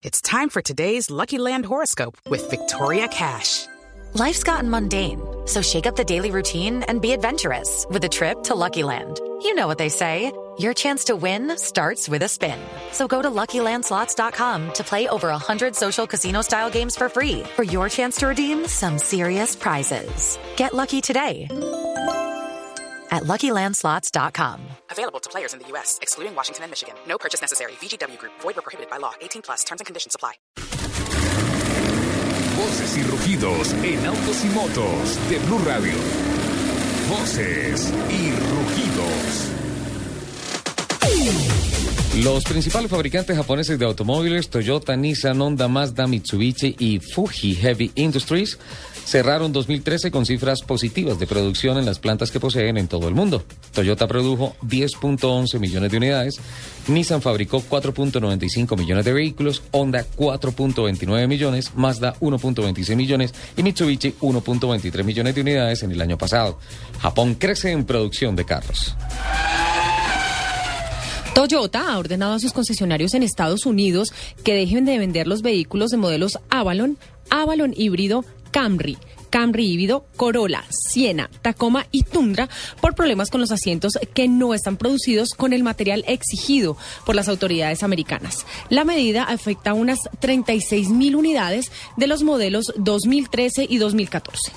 It's time for today's Lucky Land horoscope with Victoria Cash. Life's gotten mundane, so shake up the daily routine and be adventurous with a trip to Lucky Land. You know what they say, your chance to win starts with a spin. So go to LuckyLandSlots.com to play over 100 social casino-style games for free for your chance to redeem some serious prizes. Get lucky today at LuckyLandSlots.com. Available to players in the U.S., excluding Washington and Michigan. No purchase necessary. VGW Group. Void or prohibited by law. 18+. Terms and conditions apply. Voces y rugidos en autos y motos de Blue Radio. Voces y rugidos. Los principales fabricantes japoneses de automóviles, Toyota, Nissan, Honda, Mazda, Mitsubishi y Fuji Heavy Industries, cerraron 2013 con cifras positivas de producción en las plantas que poseen en todo el mundo. Toyota produjo 10.11 millones de unidades, Nissan fabricó 4.95 millones de vehículos, Honda 4.29 millones, Mazda 1.26 millones y Mitsubishi 1.23 millones de unidades en el año pasado. Japón crece en producción de carros. Toyota ha ordenado a sus concesionarios en Estados Unidos que dejen de vender los vehículos de modelos Avalon, Avalon híbrido, Camry, Camry híbrido, Corolla, Siena, Tacoma y Tundra por problemas con los asientos que no están producidos con el material exigido por las autoridades americanas. La medida afecta a unas 36.000 unidades de los modelos 2013 y 2014.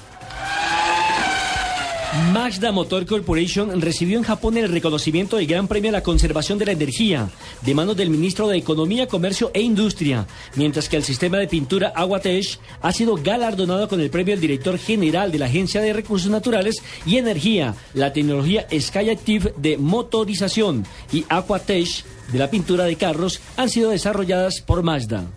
Mazda Motor Corporation recibió en Japón el reconocimiento del Gran Premio a la Conservación de la Energía de manos del ministro de Economía, Comercio e Industria, mientras que el sistema de pintura Aquatech ha sido galardonado con el premio del director general de la Agencia de Recursos Naturales y Energía, la tecnología SkyActiv de motorización y Aquatech de la pintura de carros han sido desarrolladas por Mazda.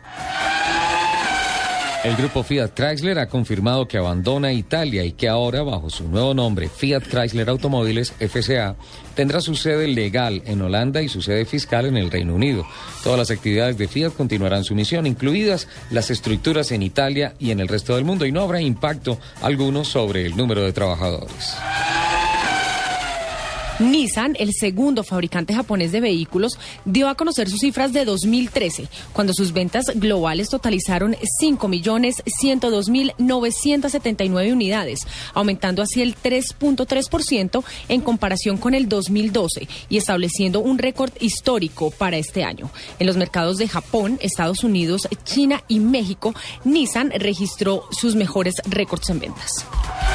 El grupo Fiat Chrysler ha confirmado que abandona Italia y que ahora, bajo su nuevo nombre, Fiat Chrysler Automóviles, FCA, tendrá su sede legal en Holanda y su sede fiscal en el Reino Unido. Todas las actividades de Fiat continuarán su misión, incluidas las estructuras en Italia y en el resto del mundo, y no habrá impacto alguno sobre el número de trabajadores. Nissan, el segundo fabricante japonés de vehículos, dio a conocer sus cifras de 2013, cuando sus ventas globales totalizaron 5.102.979 unidades, aumentando así el 3.3% en comparación con el 2012 y estableciendo un récord histórico para este año. En los mercados de Japón, Estados Unidos, China y México, Nissan registró sus mejores récords en ventas.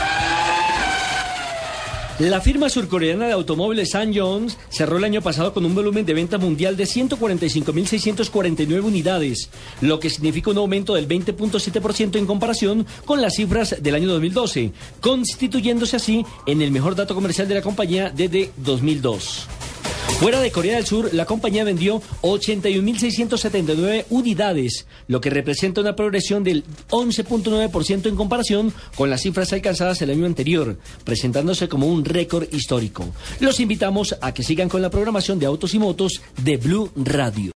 La firma surcoreana de automóviles SsangYong cerró el año pasado con un volumen de venta mundial de 145.649 unidades, lo que significa un aumento del 20.7% en comparación con las cifras del año 2012, constituyéndose así en el mejor dato comercial de la compañía desde 2002. Fuera de Corea del Sur, la compañía vendió 81.679 unidades, lo que representa una progresión del 11.9% en comparación con las cifras alcanzadas el año anterior, presentándose como un récord histórico. Los invitamos a que sigan con la programación de Autos y Motos de Blue Radio.